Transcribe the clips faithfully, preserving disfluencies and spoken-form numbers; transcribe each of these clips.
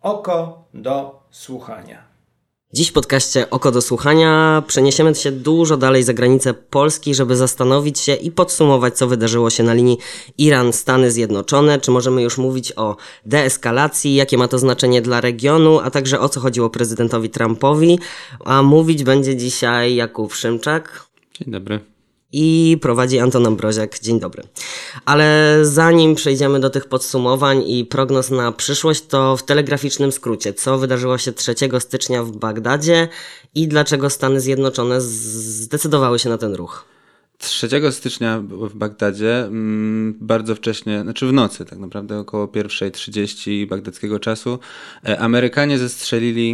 Oko do słuchania. Dziś w podcaście Oko do słuchania przeniesiemy się dużo dalej za granicę Polski, żeby zastanowić się i podsumować, co wydarzyło się na linii Iran-Stany Zjednoczone. Czy możemy już mówić o deeskalacji, jakie ma to znaczenie dla regionu, a także o co chodziło prezydentowi Trumpowi. A mówić będzie dzisiaj Jakub Szymczak. Dzień dobry. I prowadzi Anton Ambroziak. Dzień dobry. Ale zanim przejdziemy do tych podsumowań i prognoz na przyszłość, to w telegraficznym skrócie, co wydarzyło się trzeciego stycznia w Bagdadzie i dlaczego Stany Zjednoczone zdecydowały się na ten ruch? trzeciego stycznia w Bagdadzie, mm, bardzo wcześnie, znaczy w nocy tak naprawdę, około pierwsza trzydzieści bagdadzkiego czasu, Amerykanie zestrzelili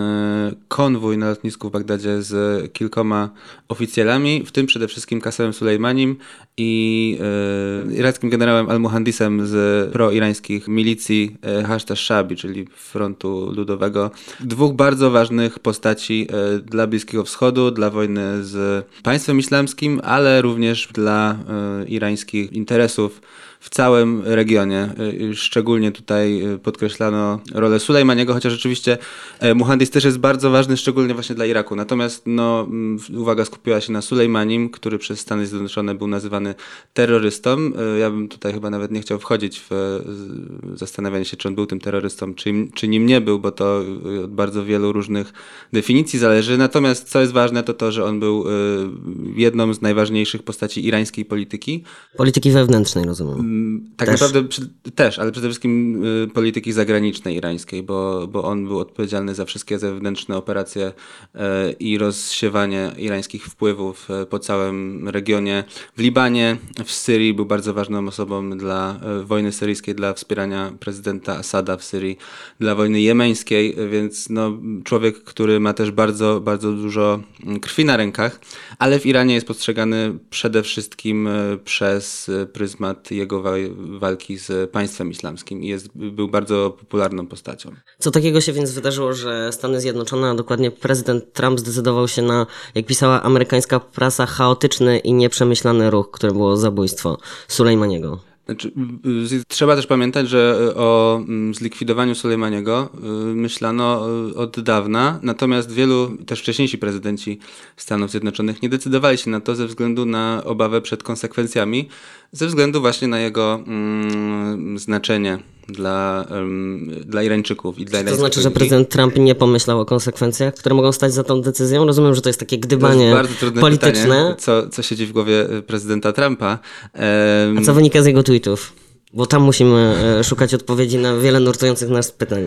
konwój na lotnisku w Bagdadzie z kilkoma oficjalami, w tym przede wszystkim Kasemem Sulejmanim i e, irackim generałem Al-Muhandisem z proirańskich milicji e, Hashd al-Shaabi, czyli Frontu Ludowego. Dwóch bardzo ważnych postaci e, dla Bliskiego Wschodu, dla wojny z państwem islamskim, ale również dla e, irańskich interesów w całym regionie. Szczególnie tutaj podkreślano rolę Sulejmaniego, chociaż rzeczywiście Muhandis też jest bardzo ważny, szczególnie właśnie dla Iraku. Natomiast no, uwaga skupiła się na Sulejmanim, który przez Stany Zjednoczone był nazywany terrorystą. Ja bym tutaj chyba nawet nie chciał wchodzić w zastanawianie się, czy on był tym terrorystą, czy, czy nim nie był, bo to od bardzo wielu różnych definicji zależy. Natomiast co jest ważne, to to, że on był jedną z najważniejszych postaci irańskiej polityki. Polityki wewnętrznej, rozumiem. Tak też. naprawdę przy, też, ale przede wszystkim y, polityki zagranicznej irańskiej, bo, bo on był odpowiedzialny za wszystkie zewnętrzne operacje y, i rozsiewanie irańskich wpływów y, po całym regionie. W Libanie, w Syrii był bardzo ważną osobą dla y, wojny syryjskiej, dla wspierania prezydenta Asada w Syrii, dla wojny jemeńskiej, y, więc no, człowiek, który ma też bardzo, bardzo dużo krwi na rękach, ale w Iranie jest postrzegany przede wszystkim y, przez y, pryzmat jego walki z państwem islamskim i jest, był bardzo popularną postacią. Co takiego się więc wydarzyło, że Stany Zjednoczone, a dokładnie prezydent Trump zdecydował się na, jak pisała amerykańska prasa, chaotyczny i nieprzemyślany ruch, którym było zabójstwo Sulejmaniego? Znaczy, trzeba też pamiętać, że o zlikwidowaniu Sulejmaniego myślano od dawna, natomiast wielu, też wcześniejsi prezydenci Stanów Zjednoczonych nie decydowali się na to ze względu na obawę przed konsekwencjami, ze względu właśnie na jego mm, znaczenie dla, um, dla Irańczyków i dla Czy to znaczy, że prezydent Trump nie pomyślał o konsekwencjach, które mogą stać za tą decyzją? Rozumiem, że to jest takie gdybanie to jest bardzo trudne polityczne. Pytanie, co, co siedzi w głowie prezydenta Trumpa. Um, A co wynika z jego tweetów? Bo tam musimy szukać odpowiedzi na wiele nurtujących nas pytań.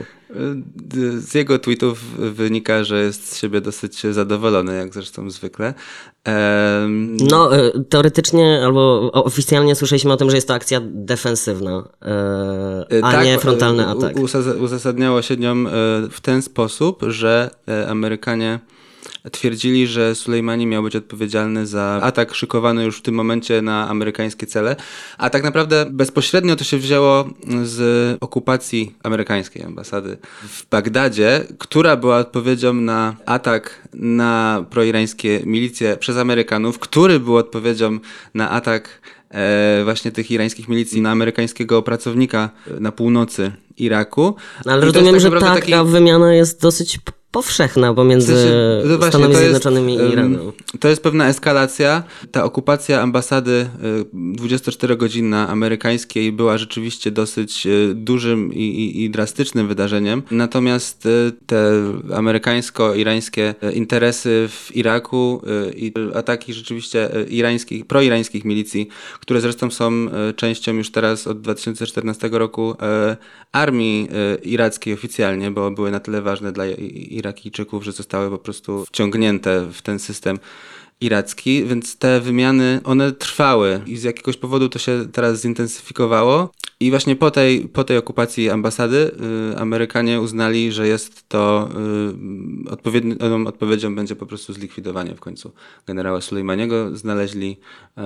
Z jego tweetów wynika, że jest z siebie dosyć zadowolony, jak zresztą zwykle. Um... No, teoretycznie albo oficjalnie słyszeliśmy o tym, że jest to akcja defensywna, a tak, nie frontalny atak. Uzasadniało się nią w ten sposób, że Amerykanie twierdzili, że Sulejmani miał być odpowiedzialny za atak szykowany już w tym momencie na amerykańskie cele, a tak naprawdę bezpośrednio to się wzięło z okupacji amerykańskiej ambasady w Bagdadzie, która była odpowiedzią na atak na proirańskie milicje przez Amerykanów, który był odpowiedzią na atak e, właśnie tych irańskich milicji na amerykańskiego pracownika na północy Iraku. No, ale rozumiem, tak że taka taki... wymiana jest dosyć powszechna pomiędzy w sensie, no właśnie, Stanami Zjednoczonymi jest, i Iranem. To jest pewna eskalacja. Ta okupacja ambasady dwudziestoczterogodzinna amerykańskiej była rzeczywiście dosyć dużym i, i, i drastycznym wydarzeniem. Natomiast te amerykańsko-irańskie interesy w Iraku i ataki rzeczywiście irańskich, proirańskich milicji, które zresztą są częścią już teraz od dwa tysiące czternastego roku armii irackiej oficjalnie, bo były na tyle ważne dla Irakijczyków, że zostały po prostu wciągnięte w ten system iracki, więc te wymiany, one trwały i z jakiegoś powodu to się teraz zintensyfikowało i właśnie po tej, po tej okupacji ambasady y, Amerykanie uznali, że jest to y, odpowiednią odpowiedzią będzie po prostu zlikwidowanie w końcu generała Sulejmaniego. Znaleźli y,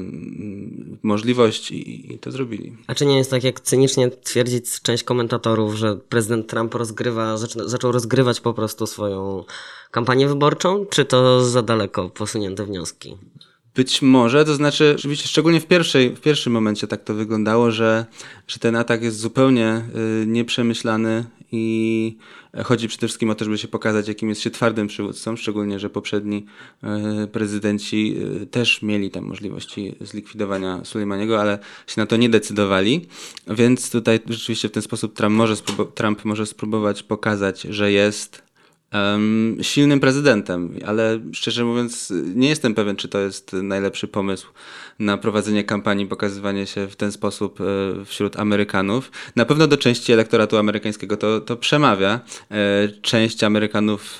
możliwość i, i to zrobili. A czy nie jest tak, jak cynicznie twierdzić część komentatorów, że prezydent Trump rozgrywa, zaczyna, zaczął rozgrywać po prostu swoją kampanię wyborczą, czy to za daleko posunięte wnioski? Być może, to znaczy, oczywiście szczególnie w, pierwszej, w pierwszym momencie tak to wyglądało, że, że ten atak jest zupełnie y, nieprzemyślany i chodzi przede wszystkim o to, żeby się pokazać, jakim jest się twardym przywódcą, szczególnie, że poprzedni y, prezydenci y, też mieli tam możliwości zlikwidowania Sulejmaniego, ale się na to nie decydowali, więc tutaj rzeczywiście w ten sposób Trump może, spróbu- Trump może spróbować pokazać, że jest Um, silnym prezydentem, ale szczerze mówiąc nie jestem pewien, czy to jest najlepszy pomysł na prowadzenie kampanii, pokazywanie się w ten sposób e, wśród Amerykanów. Na pewno do części elektoratu amerykańskiego to, to przemawia. E, część Amerykanów,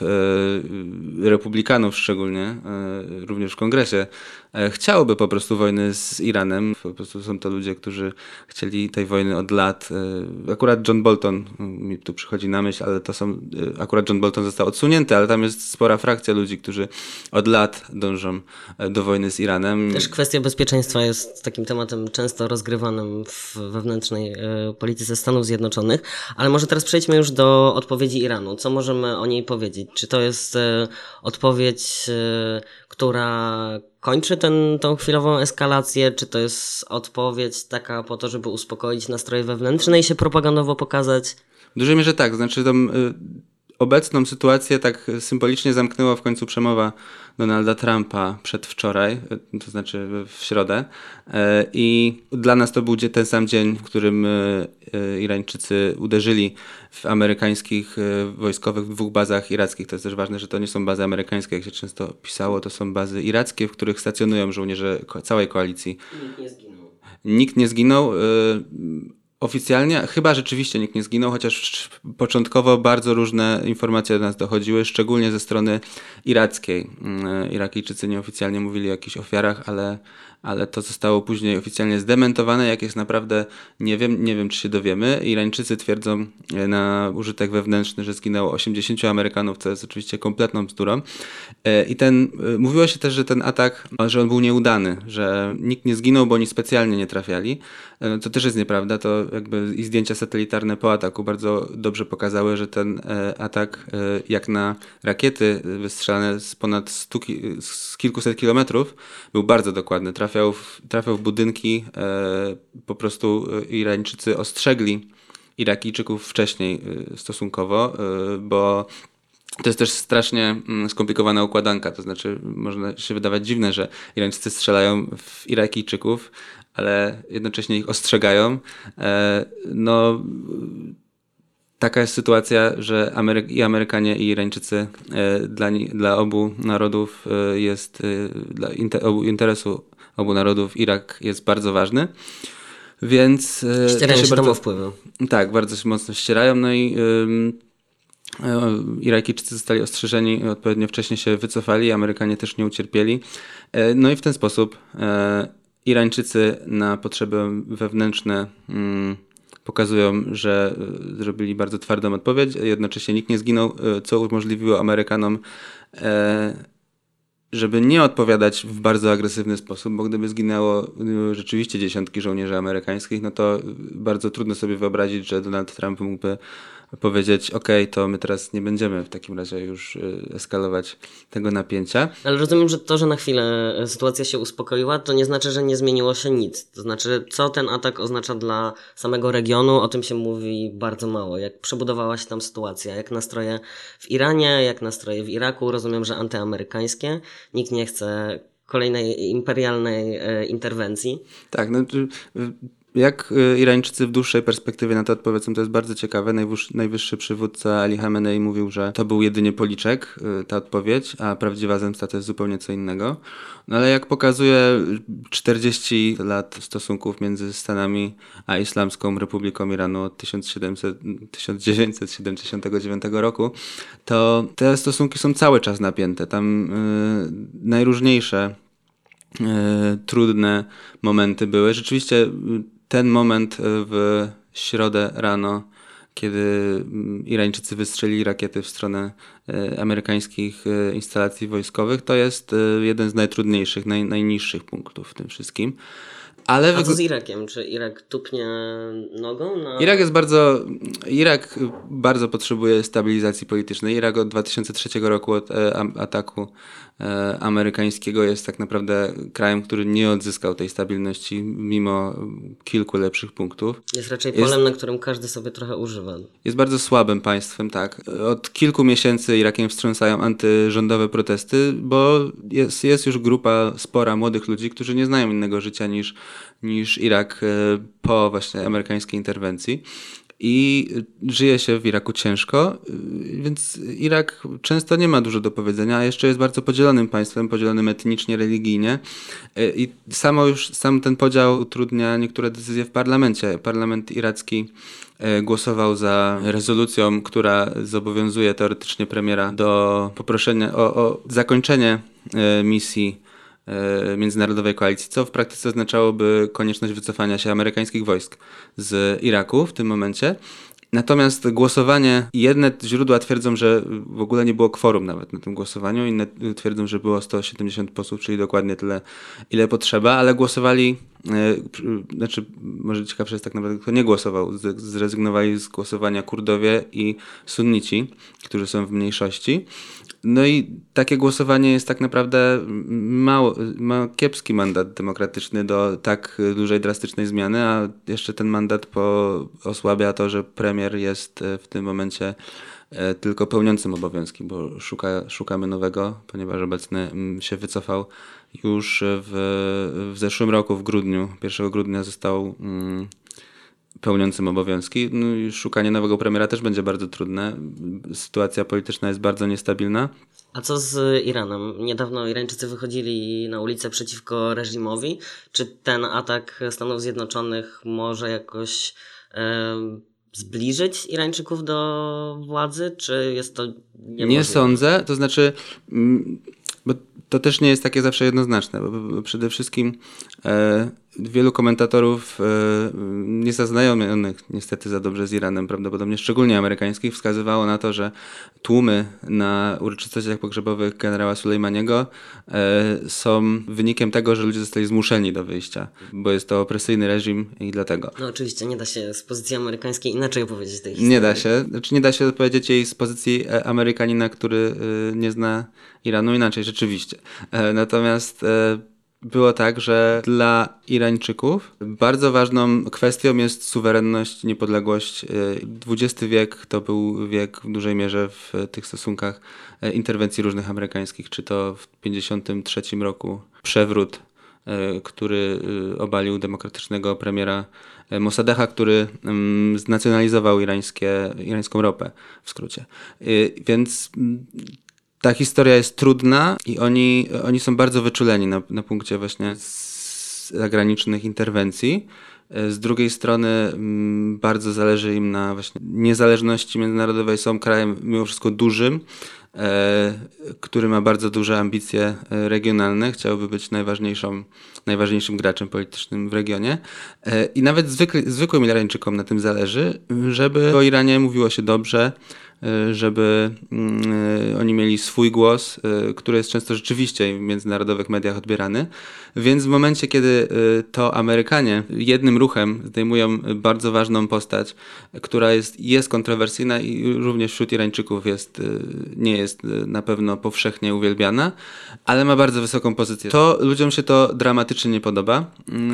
e, republikanów szczególnie, e, również w kongresie, e, chciałoby po prostu wojny z Iranem. Po prostu są to ludzie, którzy chcieli tej wojny od lat. E, akurat John Bolton mi tu przychodzi na myśl, ale to są, e, akurat John Bolton został odsunięty, ale tam jest spora frakcja ludzi, którzy od lat dążą do wojny z Iranem. Też kwestia bezpieczeństwa jest takim tematem często rozgrywanym w wewnętrznej y, polityce Stanów Zjednoczonych, ale może teraz przejdźmy już do odpowiedzi Iranu. Co możemy o niej powiedzieć? Czy to jest y, odpowiedź, y, która kończy ten, tą chwilową eskalację, czy to jest odpowiedź taka po to, żeby uspokoić nastroje wewnętrzne i się propagandowo pokazać? W dużej mierze tak, znaczy tam y, obecną sytuację tak symbolicznie zamknęła w końcu przemowa Donalda Trumpa przedwczoraj, to znaczy w środę. I dla nas to był ten sam dzień, w którym Irańczycy uderzyli w amerykańskich wojskowych w dwóch bazach irackich. To jest też ważne, że to nie są bazy amerykańskie, jak się często pisało, to są bazy irackie, w których stacjonują żołnierze całej koalicji. Nikt nie zginął. Nikt nie zginął. Oficjalnie chyba rzeczywiście nikt nie zginął, chociaż początkowo bardzo różne informacje do nas dochodziły, szczególnie ze strony irackiej. Irakijczycy nieoficjalnie mówili o jakichś ofiarach, ale, ale to zostało później oficjalnie zdementowane. Jak jest naprawdę, nie wiem, nie wiem czy się dowiemy. Irańczycy twierdzą na użytek wewnętrzny, że zginęło osiemdziesięciu Amerykanów, co jest oczywiście kompletną bzdurą. I ten, mówiło się też, że ten atak, że on był nieudany, że nikt nie zginął, bo oni specjalnie nie trafiali. To też jest nieprawda, to jakby i zdjęcia satelitarne po ataku bardzo dobrze pokazały, że ten e, atak e, jak na rakiety wystrzelane z ponad stu, z kilkuset kilometrów był bardzo dokładny. Trafiał w, trafiał w budynki, e, po prostu Irańczycy ostrzegli Irakijczyków wcześniej e, stosunkowo, e, bo to jest też strasznie skomplikowana układanka, to znaczy można się wydawać dziwne, że Irańczycy strzelają w Irakijczyków, ale jednocześnie ich ostrzegają. No, taka jest sytuacja, że Amery- i Amerykanie, i Irańczycy dla, dla obu narodów jest, dla inter- obu interesu obu narodów Irak jest bardzo ważny. Więc ścierają się, się bardzo, tam o wpływy. Tak, bardzo się mocno ścierają. No i ym, Irakijczycy zostali ostrzeżeni, odpowiednio wcześnie się wycofali, Amerykanie też nie ucierpieli. No i w ten sposób Irańczycy na potrzeby wewnętrzne mm, pokazują, że zrobili bardzo twardą odpowiedź, jednocześnie nikt nie zginął, co umożliwiło Amerykanom, żeby nie odpowiadać w bardzo agresywny sposób, bo gdyby zginęło rzeczywiście dziesiątki żołnierzy amerykańskich, no to bardzo trudno sobie wyobrazić, że Donald Trump mógłby powiedzieć, ok, to my teraz nie będziemy w takim razie już eskalować tego napięcia. Ale rozumiem, że to, że na chwilę sytuacja się uspokoiła, to nie znaczy, że nie zmieniło się nic. To znaczy, co ten atak oznacza dla samego regionu, o tym się mówi bardzo mało. Jak przebudowała się tam sytuacja, jak nastroje w Iranie, jak nastroje w Iraku, rozumiem, że antyamerykańskie. Nikt nie chce kolejnej imperialnej e, interwencji. Tak, no jak Irańczycy w dłuższej perspektywie na to odpowiedzą, to jest bardzo ciekawe. Najwyższy, najwyższy przywódca Ali Khamenei mówił, że to był jedynie policzek, ta odpowiedź, a prawdziwa zemsta to jest zupełnie co innego. No ale jak pokazuje czterdzieści lat stosunków między Stanami a Islamską Republiką Iranu od tysiąc dziewięćset siedemdziesiątego dziewiątego roku, to te stosunki są cały czas napięte. Tam yy, najróżniejsze yy, trudne momenty były. Rzeczywiście ten moment w środę rano, kiedy Irańczycy wystrzelili rakiety w stronę amerykańskich instalacji wojskowych, to jest jeden z najtrudniejszych, naj, najniższych punktów w tym wszystkim. Ale A co z Irakiem? Czy Irak tupnie nogą? Na... Irak jest bardzo, Irak bardzo potrzebuje stabilizacji politycznej. Irak od dwa tysiące trzeciego roku, od ataku e, amerykańskiego jest tak naprawdę krajem, który nie odzyskał tej stabilności mimo kilku lepszych punktów. Jest raczej polem, jest, na którym każdy sobie trochę używa. Jest bardzo słabym państwem, tak. Od kilku miesięcy Irakiem wstrząsają antyrządowe protesty, bo jest, jest już grupa spora młodych ludzi, którzy nie znają innego życia niż, niż Irak po właśnie amerykańskiej interwencji. I żyje się w Iraku ciężko, więc Irak często nie ma dużo do powiedzenia, a jeszcze jest bardzo podzielonym państwem, podzielonym etnicznie, religijnie. I samo już sam ten podział utrudnia niektóre decyzje w parlamencie. Parlament iracki głosował za rezolucją, która zobowiązuje teoretycznie premiera do poproszenia o, o zakończenie misji międzynarodowej koalicji, co w praktyce oznaczałoby konieczność wycofania się amerykańskich wojsk z Iraku w tym momencie. Natomiast głosowanie, jedne źródła twierdzą, że w ogóle nie było kworum nawet na tym głosowaniu, inne twierdzą, że było sto siedemdziesiąt posłów, czyli dokładnie tyle, ile potrzeba, ale głosowali, yy, znaczy może ciekawsze jest tak naprawdę, kto nie głosował, zrezygnowali z głosowania Kurdowie i Sunnici, którzy są w mniejszości. No i takie głosowanie jest tak naprawdę mało, ma kiepski mandat demokratyczny do tak dużej, drastycznej zmiany, a jeszcze ten mandat po, osłabia to, że premier jest w tym momencie tylko pełniącym obowiązki, bo szuka, szukamy nowego, ponieważ obecny się wycofał już w, w zeszłym roku, w grudniu, pierwszego grudnia został mm, pełniącym obowiązki. No i szukanie nowego premiera też będzie bardzo trudne. Sytuacja polityczna jest bardzo niestabilna. A co z Iranem? Niedawno Irańczycy wychodzili na ulicę przeciwko reżimowi. Czy ten atak Stanów Zjednoczonych może jakoś e, zbliżyć Irańczyków do władzy? Czy jest to niemożliwe? Nie sądzę. To znaczy... Mm, bo to też nie jest takie zawsze jednoznaczne, bo przede wszystkim e, wielu komentatorów e, niezaznajomionych niestety za dobrze z Iranem, prawdopodobnie szczególnie amerykańskich, wskazywało na to, że tłumy na uroczystościach pogrzebowych generała Sulejmaniego e, są wynikiem tego, że ludzie zostali zmuszeni do wyjścia, bo jest to opresyjny reżim i dlatego. No oczywiście nie da się z pozycji amerykańskiej inaczej opowiedzieć tej historii. Nie da się, znaczy nie da się opowiedzieć jej z pozycji Amerykanina, który e, nie zna Iranu inaczej, rzeczywiście. E, natomiast e, było tak, że dla Irańczyków bardzo ważną kwestią jest suwerenność, niepodległość. dwudziesty wiek to był wiek w dużej mierze w tych stosunkach interwencji różnych amerykańskich, czy to w pięćdziesiątym trzecim roku przewrót, który obalił demokratycznego premiera Mossadeqa, który znacjonalizował irańskie, irańską ropę w skrócie. Więc ta historia jest trudna i oni, oni są bardzo wyczuleni na, na punkcie właśnie zagranicznych interwencji. Z drugiej strony m, bardzo zależy im na właśnie niezależności międzynarodowej. Są krajem mimo wszystko dużym, e, który ma bardzo duże ambicje regionalne. Chciałby być najważniejszą, najważniejszym graczem politycznym w regionie. E, I nawet zwykły, zwykłym Irańczykom na tym zależy, żeby o Iranie mówiło się dobrze, żeby oni mieli swój głos, który jest często rzeczywiście w międzynarodowych mediach odbierany. Więc w momencie, kiedy to Amerykanie jednym ruchem zdejmują bardzo ważną postać, która jest, jest kontrowersyjna i również wśród Irańczyków jest, nie jest na pewno powszechnie uwielbiana, ale ma bardzo wysoką pozycję, to ludziom się to dramatycznie nie podoba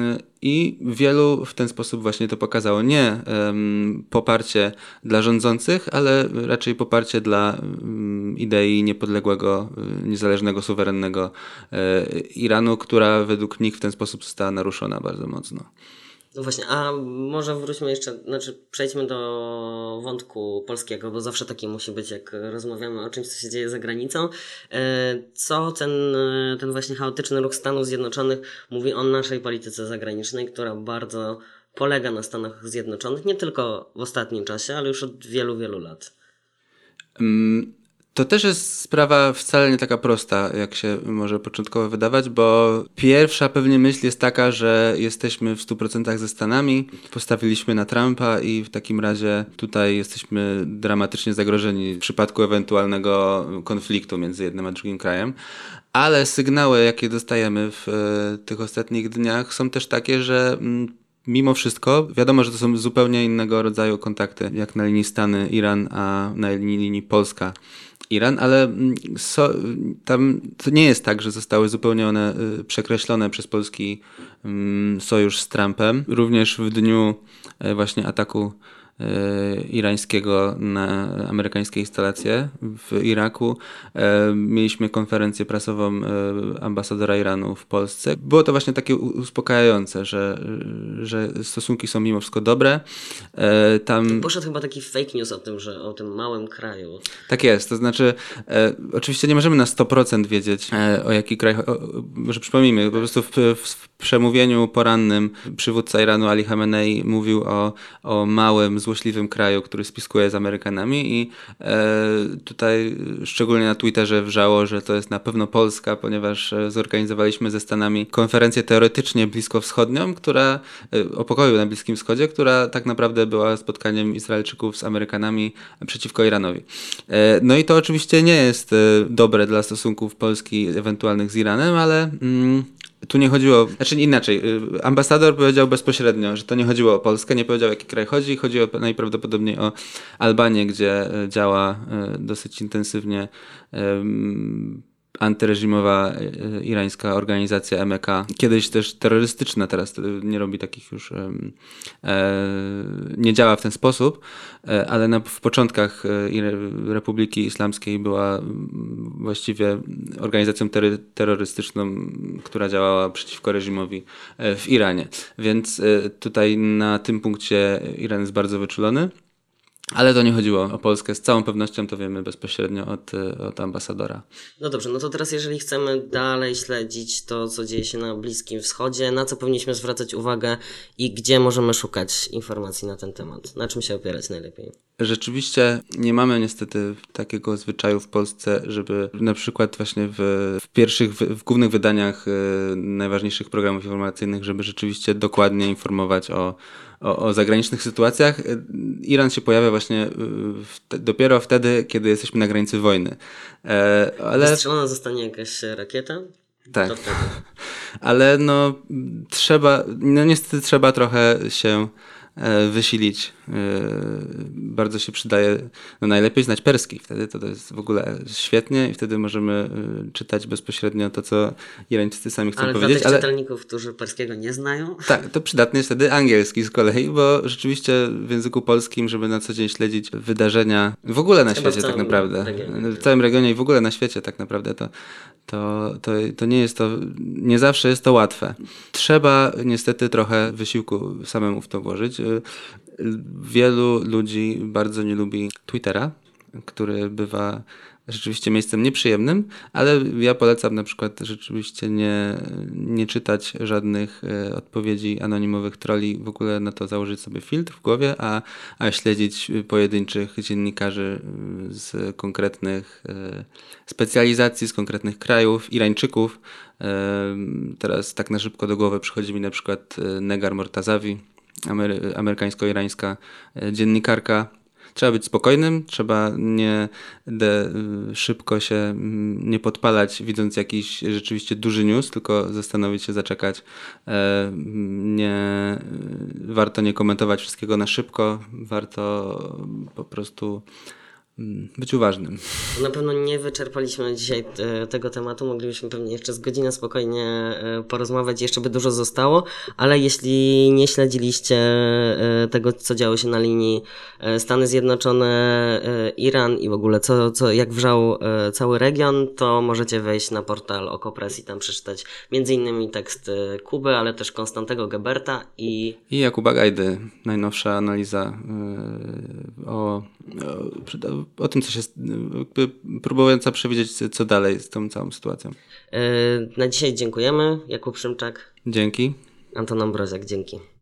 i wielu w ten sposób właśnie to pokazało. Nie um, poparcie dla rządzących, ale raczej poparcie dla um, idei niepodległego, niezależnego, suwerennego e, Iranu, która według nich w ten sposób została naruszona bardzo mocno. No właśnie, a może wróćmy jeszcze, znaczy przejdźmy do wątku polskiego, bo zawsze taki musi być, jak rozmawiamy o czymś, co się dzieje za granicą. Co ten, ten właśnie chaotyczny ruch Stanów Zjednoczonych mówi o naszej polityce zagranicznej, która bardzo polega na Stanach Zjednoczonych, nie tylko w ostatnim czasie, ale już od wielu, wielu lat? Um. To też jest sprawa wcale nie taka prosta, jak się może początkowo wydawać, bo pierwsza pewnie myśl jest taka, że jesteśmy w stu procentach ze Stanami, postawiliśmy na Trumpa i w takim razie tutaj jesteśmy dramatycznie zagrożeni w przypadku ewentualnego konfliktu między jednym a drugim krajem. Ale sygnały, jakie dostajemy w e, tych ostatnich dniach, są też takie, że mm, mimo wszystko wiadomo, że to są zupełnie innego rodzaju kontakty, jak na linii Stany-Iran, a na linii Polska Iran, ale so, tam to nie jest tak, że zostały zupełnie one przekreślone przez polski um, sojusz z Trumpem. Również w dniu właśnie ataku irańskiego na amerykańskie instalacje w Iraku. Mieliśmy konferencję prasową ambasadora Iranu w Polsce. Było to właśnie takie uspokajające, że, że stosunki są mimo wszystko dobre. Tam... Poszedł chyba taki fake news o tym, że o tym małym kraju. Tak jest, to znaczy e, oczywiście nie możemy na sto procent wiedzieć e, o jaki kraj, o, może przypomnijmy, po prostu w, w przemówieniu porannym przywódca Iranu Ali Khamenei mówił o, o małym, złośliwym kraju, który spiskuje z Amerykanami i e, tutaj szczególnie na Twitterze wrzało, że to jest na pewno Polska, ponieważ zorganizowaliśmy ze Stanami konferencję teoretycznie bliskowschodnią, która e, o pokoju na Bliskim Wschodzie, która tak naprawdę była spotkaniem Izraelczyków z Amerykanami przeciwko Iranowi. E, no i to oczywiście nie jest e, dobre dla stosunków Polski ewentualnych z Iranem, ale mm, tu nie chodziło, znaczy inaczej, ambasador powiedział bezpośrednio, że to nie chodziło o Polskę, nie powiedział o jaki kraj chodzi, chodziło najprawdopodobniej o Albanię, gdzie działa dosyć intensywnie antyreżimowa irańska organizacja M E K. Kiedyś też terrorystyczna, teraz nie robi takich już, e, nie działa w ten sposób, ale na, w początkach Republiki Islamskiej była właściwie organizacją ter- terrorystyczną, która działała przeciwko reżimowi w Iranie. Więc tutaj na tym punkcie Iran jest bardzo wyczulony. Ale to nie chodziło o Polskę, z całą pewnością to wiemy bezpośrednio od, od ambasadora. No dobrze, no to teraz jeżeli chcemy dalej śledzić to, co dzieje się na Bliskim Wschodzie, na co powinniśmy zwracać uwagę i gdzie możemy szukać informacji na ten temat? Na czym się opierać najlepiej? Rzeczywiście nie mamy niestety takiego zwyczaju w Polsce, żeby na przykład właśnie w, w pierwszych, w, w głównych wydaniach y, najważniejszych programów informacyjnych, żeby rzeczywiście dokładnie informować o O, o zagranicznych sytuacjach. Iran się pojawia właśnie w te, dopiero wtedy, kiedy jesteśmy na granicy wojny. E, ale... Wystrzelona zostanie jakaś rakieta? Tak. Ale no trzeba, no niestety trzeba trochę się wysilić. Bardzo się przydaje, no najlepiej znać perski, wtedy to, to jest w ogóle świetnie i wtedy możemy czytać bezpośrednio to, co Irańczycy sami chcą ale powiedzieć. Dla tych ale czytelników, którzy perskiego nie znają? Tak, to przydatny jest wtedy angielski z kolei, bo rzeczywiście w języku polskim, żeby na co dzień śledzić wydarzenia w ogóle na Chyba świecie tak naprawdę. Regionie. W całym regionie i w ogóle na świecie tak naprawdę to, to, to, to nie jest to, nie zawsze jest to łatwe. Trzeba niestety trochę wysiłku samemu w to włożyć. Wielu ludzi bardzo nie lubi Twittera, który bywa rzeczywiście miejscem nieprzyjemnym, ale ja polecam na przykład rzeczywiście nie, nie czytać żadnych e, odpowiedzi anonimowych trolli, w ogóle na to założyć sobie filtr w głowie, a, a śledzić pojedynczych dziennikarzy z konkretnych e, specjalizacji, z konkretnych krajów, Irańczyków. E, teraz tak na szybko do głowy przychodzi mi na przykład Negar Mortazawi, amery- amerykańsko-irańska dziennikarka. Trzeba być spokojnym, trzeba nie de, szybko się nie podpalać, widząc jakiś rzeczywiście duży news, tylko zastanowić się, zaczekać. Nie, warto nie komentować wszystkiego na szybko, warto po prostu być uważnym. Na pewno nie wyczerpaliśmy dzisiaj te, tego tematu, moglibyśmy pewnie jeszcze z godzinę spokojnie porozmawiać, jeszcze by dużo zostało, ale jeśli nie śledziliście tego, co działo się na linii Stany Zjednoczone, Iran i w ogóle co, co, jak wrzał cały region, to możecie wejść na portal Okopres i tam przeczytać między innymi tekst Kuby, ale też Konstantego Geberta i... I Jakuba Gajdy, najnowsza analiza o, o, o tym, co się, jakby próbująca przewidzieć, co dalej z tą całą sytuacją. Na dzisiaj dziękujemy. Jakub Szymczak. Dzięki. Anton Ambroziak, dzięki.